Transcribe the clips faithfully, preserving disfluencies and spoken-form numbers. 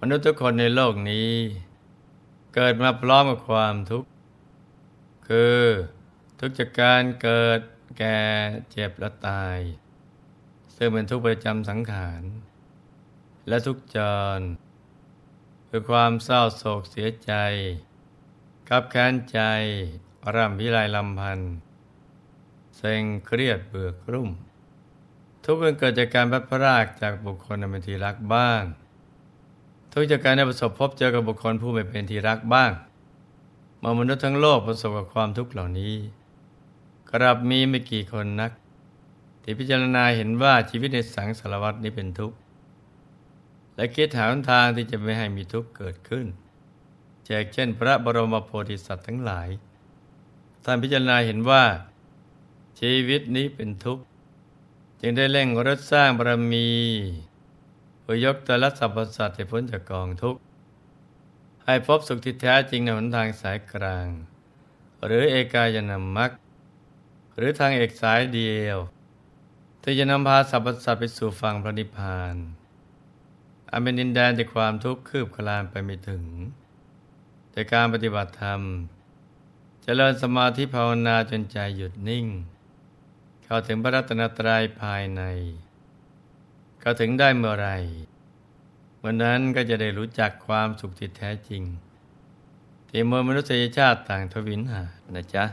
นุษย์ทุกคนในโลกนี้เกิดมาพร้อมกับความทุกข์คือทุกข์จากการเกิดแก่เจ็บและตายซึ่งเป็นทุกข์ประจำสังขารและทุกข์จรคือความเศร้าโศกเสียใจกับแค้นใจร่ำพิไรลำพันธ์เซ็งเครียดเบื่อกรุ่มทุกข์เกิดจากการพลัดพรากจากบุคคลอันเป็นที่รักบ้างทุกข์จากการได้ประสบพบเจอกับบุคคลผู้ไม่เป็นที่รักบ้างเมื่อมนุษย์ทั้งโลกประสบกับความทุกข์เหล่านี้กลับมีไม่กี่คนนักที่พิจารณาเห็นว่าชีวิตในสังสารวัฏนี้เป็นทุกข์และคิดหาหนทางที่จะไม่ให้มีทุกข์เกิดขึ้นแจกเช่นพระบรมโพธิสัตว์ทั้งหลายท่านพิจารณาเห็นว่าชีวิตนี้เป็นทุกข์จึงได้เร่งรัดสร้างบารมีเพื่อยกตนและสรรพสัตว์ให้พ้นจากกองทุกข์ให้พบสุขที่แท้จริงในหนทางสายกลางหรือเอกายนามัคหรือทางเอกสายเดียวที่จะนำพาสรรพสัตว์ไปสู่ฝั่งพระนิพพานอันเป็นดินแดนที่ความทุกข์คืบคลานไปไม่ถึงแต่การปฏิบัติธรรมเจริญสมาธิภาวนาจนใจหยุดนิ่งเข้าถึงพระรัตนตรัยภายในเข้าถึงได้เมื่อไรเมื่อนั้นก็จะได้รู้จักความสุขที่แท้จริงที่มวลมนุษยชาติต่างทวินหานะจ๊ะ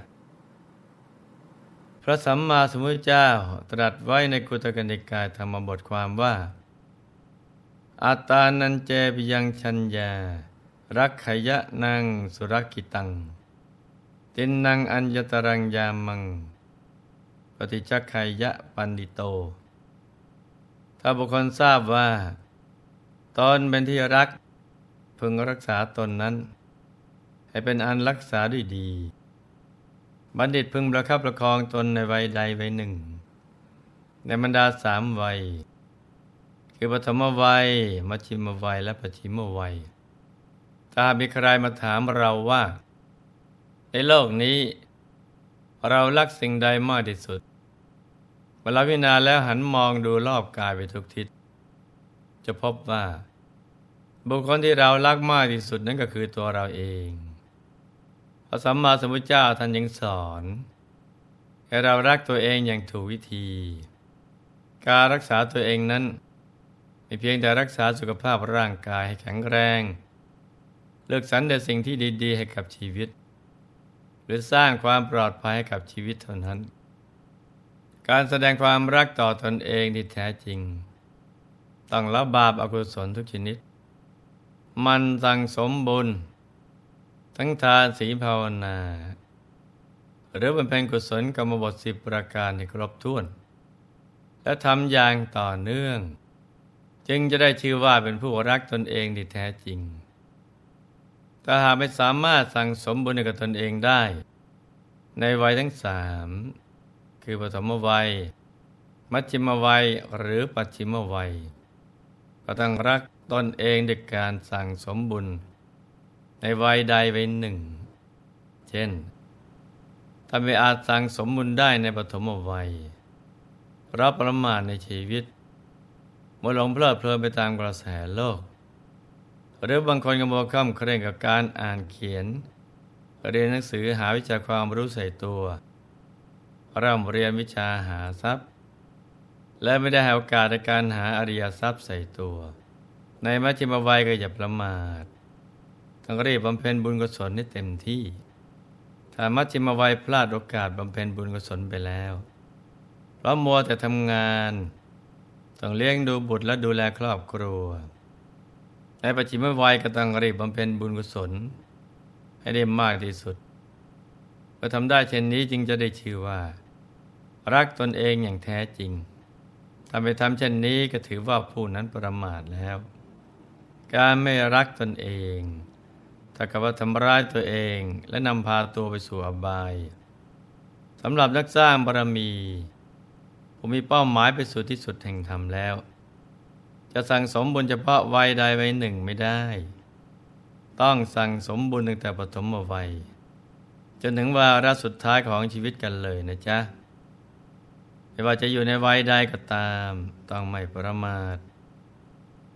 พระสัมมาสัมพุทธเจ้าตรัสไว้ในกุตกนิกายธรรมบทความว่าอัตตานันเจปิยังชัญญารักขยะนังสุรกิตังตินนังอัญญตรังยามังปฏิจักขยะปันดิโตถ้าบุคคลทราบว่าตนเป็นที่รักพึงรักษาตนนั้นให้เป็นอันรักษาด้วยดีบัณฑิตพึงประคับประคองตนในวัยใดวัยหนึ่งในบรรดาสามวัยคือปฐมวัยมัชฌิมวัยและปัจฉิมวัยถ้ามีใครมาถามเราว่าในโลกนี้เรารักสิ่งใดมากที่สุดเวลาพิจารณาแล้วหันมองดูรอบกายไปทุกทิศจะพบว่าบุคคลที่เรารักมากที่สุดนั่นก็คือตัวเราเองพระสัมมาสัมพุทธเจ้าท่านยังสอนให้เรารักตัวเองอย่างถูกวิธีการรักษาตัวเองนั้นไม่เพียงแต่รักษาสุขภาพร่างกายให้แข็งแรงเลือกสรรแต่สิ่งที่ดีๆให้กับชีวิตหรือสร้างความปลอดภัยให้กับชีวิตเท่านั้นการแสดงความรักต่อตนเองที่แท้จริงต้องละบาปอกุศลทุกชนิดมันสั่งสมบุญทั้งทานศีลภาวนาหรือบำเพ็ญกุศลกรรมบทสิบประการให้ครบถ้วนและทำอย่างต่อเนื่องจึงจะได้ชื่อว่าเป็นผู้รักตนเองที่แท้จริงถ้าหากไม่สามารถสั่งสมบุญให้กับตนเองได้ในวัยทั้งสามคือปฐมวัยมัชฌิมวัยหรือปัจฉิมวัยก็ต้องรักตนเองด้วยการสั่งสมบุญในวัยใดวัยหนึ่งเช่นถ้าไม่อาจสั่งสมบุญได้ในปฐมวัยเพราะประมาทในชีวิตเมื่อหลงเพลิดเพลินไปตามกระแสโลกหรือบางคนก็มัวค่ำเคร่งกับการอ่านเขียนเรียนหนังสือหาวิชาความรู้ใส่ตัวร่ำเรียนวิชาหาทรัพย์และไม่ได้ให้โอกาสในการหาอริยทรัพย์ใส่ตัวในมัชฌิมวัยก็อย่าประมาทต้องรีบบำเพ็ญบุญกุศลให้เต็มที่ถ้ามัชฌิมวัยพลาดโอกาสบำเพ็ญบุญกุศลไปแล้วเพราะมัวแต่ทำงานต้องเลี้ยงดูบุตรและดูแลครอบครัวในปัจฉิมวัยก็ต้องรีบบำเพ็ญบุญกุศลให้ได้มากที่สุดเมื่อทำได้เช่นนี้จึงจะได้ชื่อว่ารักตนเองอย่างแท้จริงถ้าไปทำเช่นนี้ก็ถือว่าผู้นั้นประมาทแล้วการไม่รักตนเองถ้ากับว่าทำร้ายตัวเองและนำพาตัวไปสู่อบายสำหรับนักสร้างบารมีผู้มีเป้าหมายไปสู่ที่สุดแห่งธรรมแล้วจะสั่งสมบุญเฉพาะวัยใดวัยหนึ่งไม่ได้ต้องสั่งสมบุญตั้งแต่ปฐมวัยจนถึงวาระสุดท้ายของชีวิตกันเลยนะจ๊ะไม่ว่าจะอยู่ในวัยใดก็ตามต้องไม่ประมาท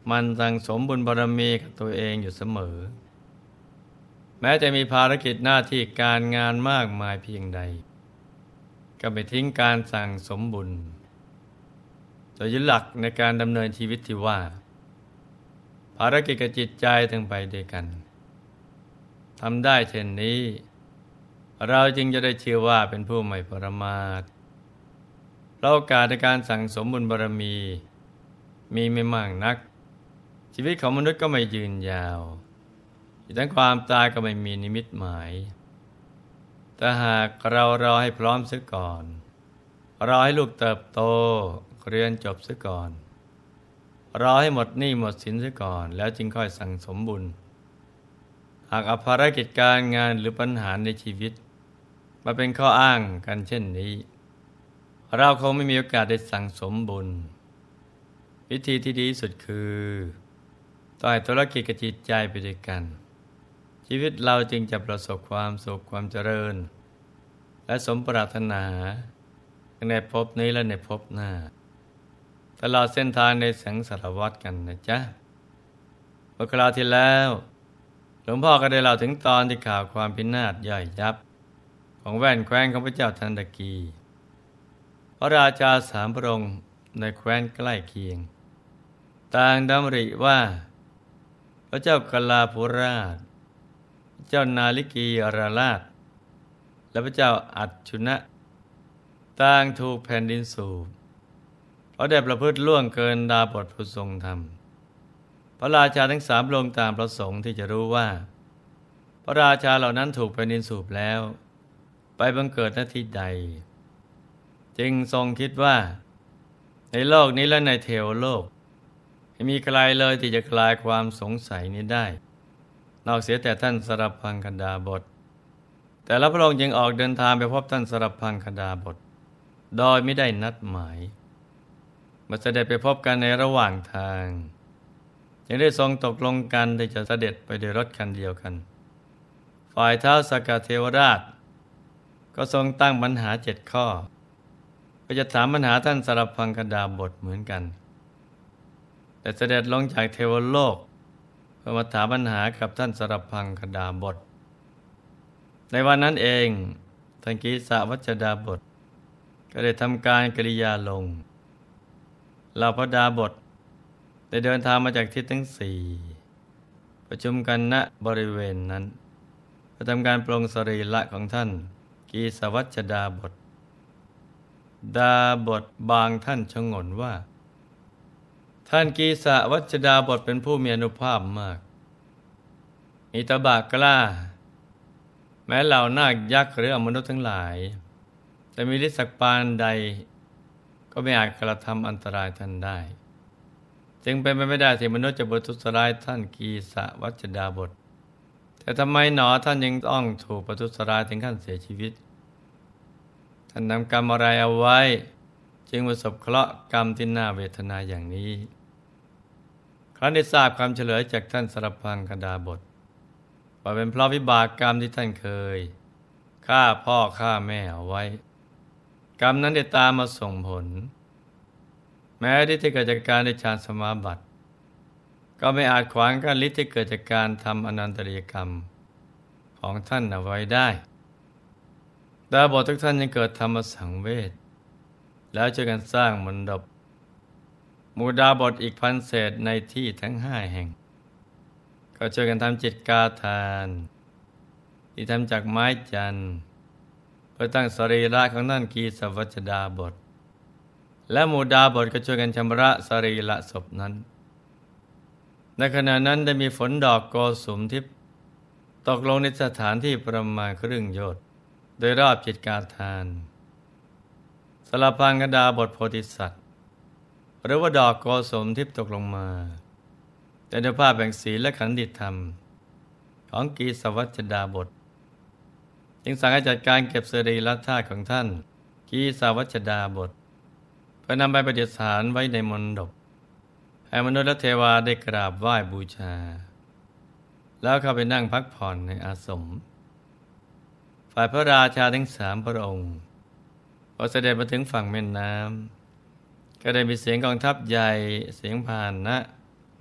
มันสั่งสมบุญบารมีกับตัวเองอยู่เสมอแม้จะมีภารกิจหน้าที่การงานมากมายเพียงใดก็ไม่ทิ้งการสั่งสมบุญโดยยึดหลักในการดำเนินชีวิตที่ว่าภารกิจกับจิตใจทั้งไปด้วยกันทำได้เช่นนี้เราจึงจะได้ชื่อว่าเป็นผู้ไม่ประมาทโอกาสในการสั่งสมบุญบารมีมีไม่มากนักชีวิตของมนุษย์ก็ไม่ยืนยาวอีกทั้งความตายก็ไม่มีนิมิตหมายแต่หากเรารอให้พร้อมเสียก่อนรอให้ลูกเติบโตเรียนจบเสียก่อนรอให้หมดหนี้หมดสินเสียก่อนแล้วจึงค่อยสั่งสมบุญหากเอาภารกิจการงานหรือปัญหาในชีวิตมาเป็นข้ออ้างกันเช่นนี้เราคงไม่มีโอกาสได้สั่งสมบุญวิธีที่ดีที่สุดคือต้องให้ธุรกิจกับจิตใจไปด้วยกันชีวิตเราจึงจะประสบความสุขความเจริญและสมปรารถนาในภพนี้และในภพหน้าตลอดเส้นทางในสังสารวัฏกันนะจ๊ะเมื่อคราวที่แล้วหลวงพ่อก็ได้เล่าถึงตอนที่ข่าวความพินาศย่อยยับของแว่นแคว้นของพระเจ้าทันตกีพระราชาสามพระองค์ในแคว้นใกล้เคียงต่างดำริว่าพระเจ้ากลาภุราชเจ้านาลิกีราราชและพระเจ้าอัจฉุนะต่างถูกแผ่นดินสูบเพราะได้ประพฤติล่วงเกินดาบทผู้ทรงธรรมพระราชาทั้งสามพระองค์ต่างประสงค์ที่จะรู้ว่าพระราชาเหล่านั้นถูกแผ่นดินสูบแล้วไปบังเกิดณที่ใดจึงทรงคิดว่าในโลกนี้และในเทวโลกไม่มีใครเลยที่จะคลายความสงสัยนี้ได้นอกเสียแต่ท่านสรพังคดาบทแต่ละพระองค์จึงออกเดินทางไปพบท่านสรพังคดาบทโดยไม่ได้นัดหมายเมื่อเสด็จไปพบกันในระหว่างทางจึงได้ทรงตกลงกันที่จะเสด็จไปโดยรถคันเดียวกันฝ่ายท้าวสักกะเทวราชก็ทรงตั้งปัญหาเจ็ดข้อก็จะถามปัญหาท่านสรพังคดาบทเหมือนกันแต่เสด็จลงจากเทวโลกเพื่อมาถามปัญหากับท่านสรพังคดาบทในวันนั้นเองท่านกีสะวัจดาบทก็ได้ทำการกริยาลงเหล่าพระดาบทได้เดินทางมาจากทิศทั้งสี่ประชุมกันณบริเวณนั้นเพื่อทำการปลงสรีระของท่านกีสวัจดาบทดาบทบางท่านชงนว่าท่านกีสะวัจดาบทเป็นผู้มีอานุภาพมากมีตบะกล้าแม้เหล่านาคยักษ์หรืออมนุษย์ทั้งหลายจะมีฤทธิ์สักปานใดก็ไม่อาจกระทำอันตรายท่านได้จึงเป็นไปไม่ได้ที่มนุษย์จะประทุษร้ายท่านกีสะวัจดาบทแต่ทำไมหนอท่านยังต้องถูกประทุษร้ายถึงขั้นเสียชีวิตท่านนำกรรมอะไรเอาไว้จึงประสบเคราะห์กรรมที่น่าเวทนาอย่างนี้ครั้นได้ทราบคำเฉลยจากท่านสรพังคดาบทว่าเป็นเพราะวิบากกรรมที่ท่านเคยฆ่าพ่อฆ่าแม่เอาไว้กรรมนั้นได้ตามมาส่งผลแม้ฤทธิ์ที่เกิดจากการได้ฌานสมาบัติก็ไม่อาจขวางกั้นฤทธิ์ที่เกิดจากการทำอนันตริยกรรมของท่านเอาไว้ได้ดาบททุกท่านยังเกิดธรรมสังเวชแล้วช่วยกันสร้างมณฑปหมู่ดาบทอีกพันเศษในที่ทั้งห้าแห่งก็ช่วยกันทำจิตกาทานที่ทำจากไม้จันทร์เพื่อตั้งสรีระของท่านกีสวัจดาบทและหมู่ดาบทก็ช่วยกันชำระสรีระศพนั้นในขณะนั้นได้มีฝนดอกโกสุมทิพย์ตกลงในสถานที่ประมาณครึ่งโยชน์โดยรอบจิตกาทานสรพังคดาบทโพธิสัตว์หรือว่าดอกโกสุมทิพย์ตกลงมาแต่ด้วยภาพแห่งศีลและขันติธรรมของกีสวัจดาบทจึงสั่งให้จัดการเก็บสรีระธาตุของท่านกีสวัจดาบทเพื่อนำไปประดิษฐานไว้ในมณฑปให้มนุษย์และเทวาได้กราบไหว้บูชาแล้วเข้าไปนั่งพักผ่อนในอาสมฝ่ายพระราชาทั้งสามพระองค์พอเสด็จมาถึงฝั่งแม่น้ำก็ได้มีเสียงกองทัพใหญ่เสียงพาหนะ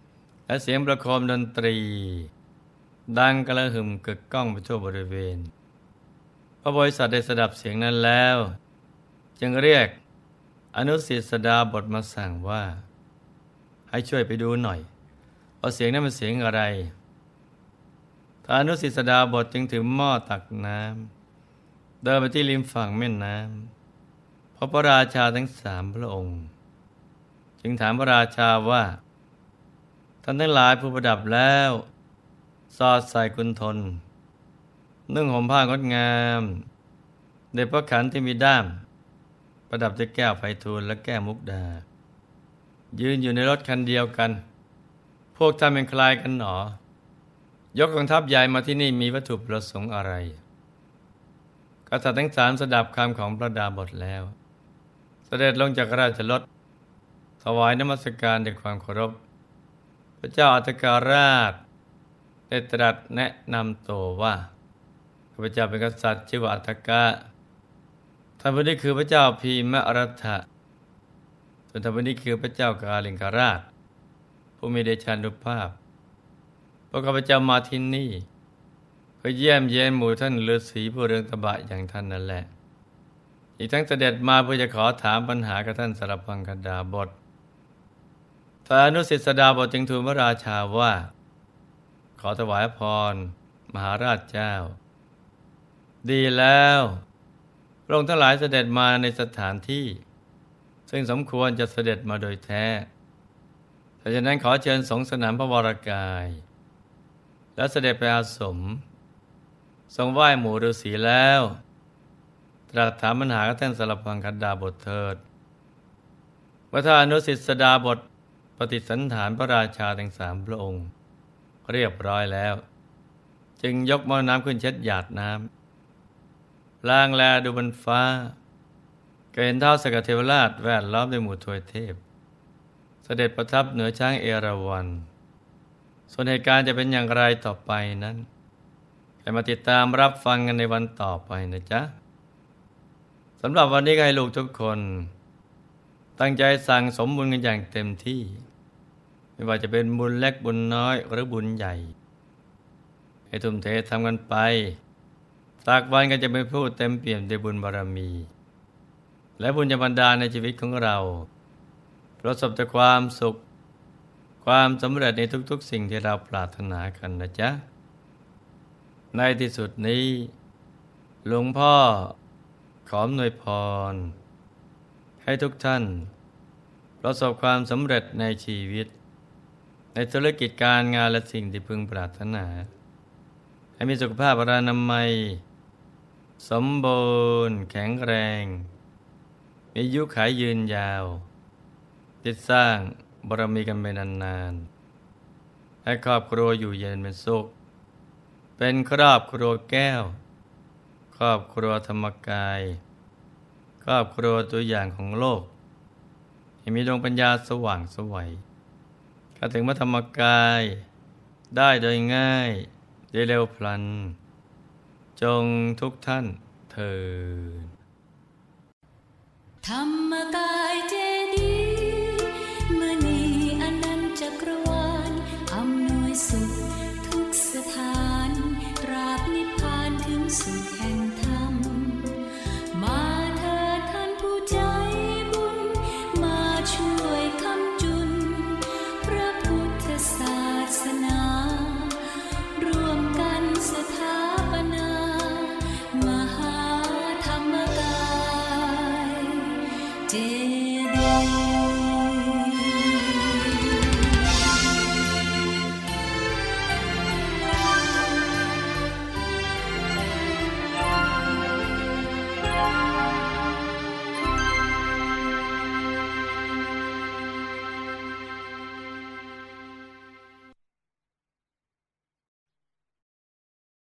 และเสียงประโคมดนตรีดังกระหึ่มกึกก้องไปทั่วบริเวณพระโพธิสัตว์ได้สดับเสียงนั้นแล้วจึงเรียกอนุสิสดาบทมาสั่งว่าให้ช่วยไปดูหน่อยว่าเสียงนั้นเป็นเสียงอะไรท่านอนุสิสดาบทจึงถือหม้อตักน้ำเดินไปที่ริมฝั่งแม่น้ำพบพระราชาทั้งสามพระองค์จึงถามพระราชาว่าท่านทั้งหลายผู้ประดับแล้วสอดใส่กุณฑลนุ่งห่มผ้างดงามเด็ดพระขันที่มีด้ามประดับด้วยแก้วไพฑูรย์และแก้วมุกดายืนอยู่ในรถคันเดียวกันพวกท่านเป็นใครกันหนอยกกองทัพใหญ่มาที่นี่มีวัตถุประสงค์อะไรกษัตริย์ทั้งสามสดับคำของพระดาบทแล้วเสด็จลงจากราชรถถวายนมัสการด้วยความเคารพพระเจ้าอัฏฐกราชได้ตรัสแนะนำตัวว่าข้าพเจ้าเป็นกษัตริย์ชื่อว่าอัฏฐกะท่านผู้นี้คือพระเจ้าพีมรัตถะส่วนท่านผู้นี้คือพระเจ้ากาลิงคราชผู้มีเดชานุภาพพวกข้าพเจ้ามาที่นี่เพื่อเยี่ยมเยียนหมู่ท่านฤาษีผู้เรืองตบะอย่างท่านนั่นแหละอีกทั้งเสด็จมาเพื่อจะขอถามปัญหากับท่านสรพังคดาบทท่านอนุสิสดาบทจึงทูลพระราชาว่าขอถวายพรมหาราชเจ้าดีแล้วพระองค์ทั้งหลายเสด็จมาในสถานที่ซึ่งสมควรจะเสด็จมาโดยแท้แต่ฉะนั้นขอเชิญสงฆ์สนามพระวรกายแล้วเสด็จไปอาสมทรงไหว้หมู่ฤาษีแล้วตรัสถามปัญหากับท่านสรพังคดาบทเถิดเมื่อท่านอนุสิสดาบทปฏิสันถานพระราชาทั้งสามพระองค์เรียบร้อยแล้วจึงยกหม้อน้ำขึ้นเช็ดหยาดน้ำล่างแลดูบนฟ้าก็เห็นท้าวสกเทวราชแวดล้อมด้วยหมู่ทวยเทพเสด็จประทับเหนือช้างเอราวัณส่วนเหตุการณ์จะเป็นอย่างไรต่อไปนั้นให้มาติดตามรับฟังกันในวันต่อไปนะจ๊ะสำหรับวันนี้ก็ให้ลูกทุกคนตั้งใจสั่งสมบุญกันอย่างเต็มที่ไม่ว่าจะเป็นบุญเล็กบุญน้อยหรือบุญใหญ่ให้ทุ่มเททำกันไปสักวันก็จะเป็นผู้เต็มเปี่ยมด้วยบุญบารมีและบุญจะบันดาลในชีวิตของเราประสบแต่ความสุขความสำเร็จในทุกๆสิ่งที่เราปรารถนากันนะจ๊ะในที่สุดนี้หลวงพ่อขออำนวยพรให้ทุกท่านประสบความสำเร็จในชีวิตในธุรกิจการงานและสิ่งที่พึงปรารถนาให้มีสุขภาพอนามัยสมบูรณ์แข็งแรงมีอายุขัยยืนยาวติดสร้างบารมีกันไปนานๆให้ครอบครัวอยู่เย็นเป็นสุขเป็นครอบครัวแก้วครอบครัวธรรมกายครอบครัวตัวอย่างของโลกให้มีดวงปัญญาสว่างไสวเข้าถึงพระธรรมกายได้โดยง่ายได้เร็วพลันจงทุกท่านเถิดธรรมกายเจดีย์มณีอนันตจักรวาลอำนวยสุขทุกสถานตราบนิพพานถึงสุข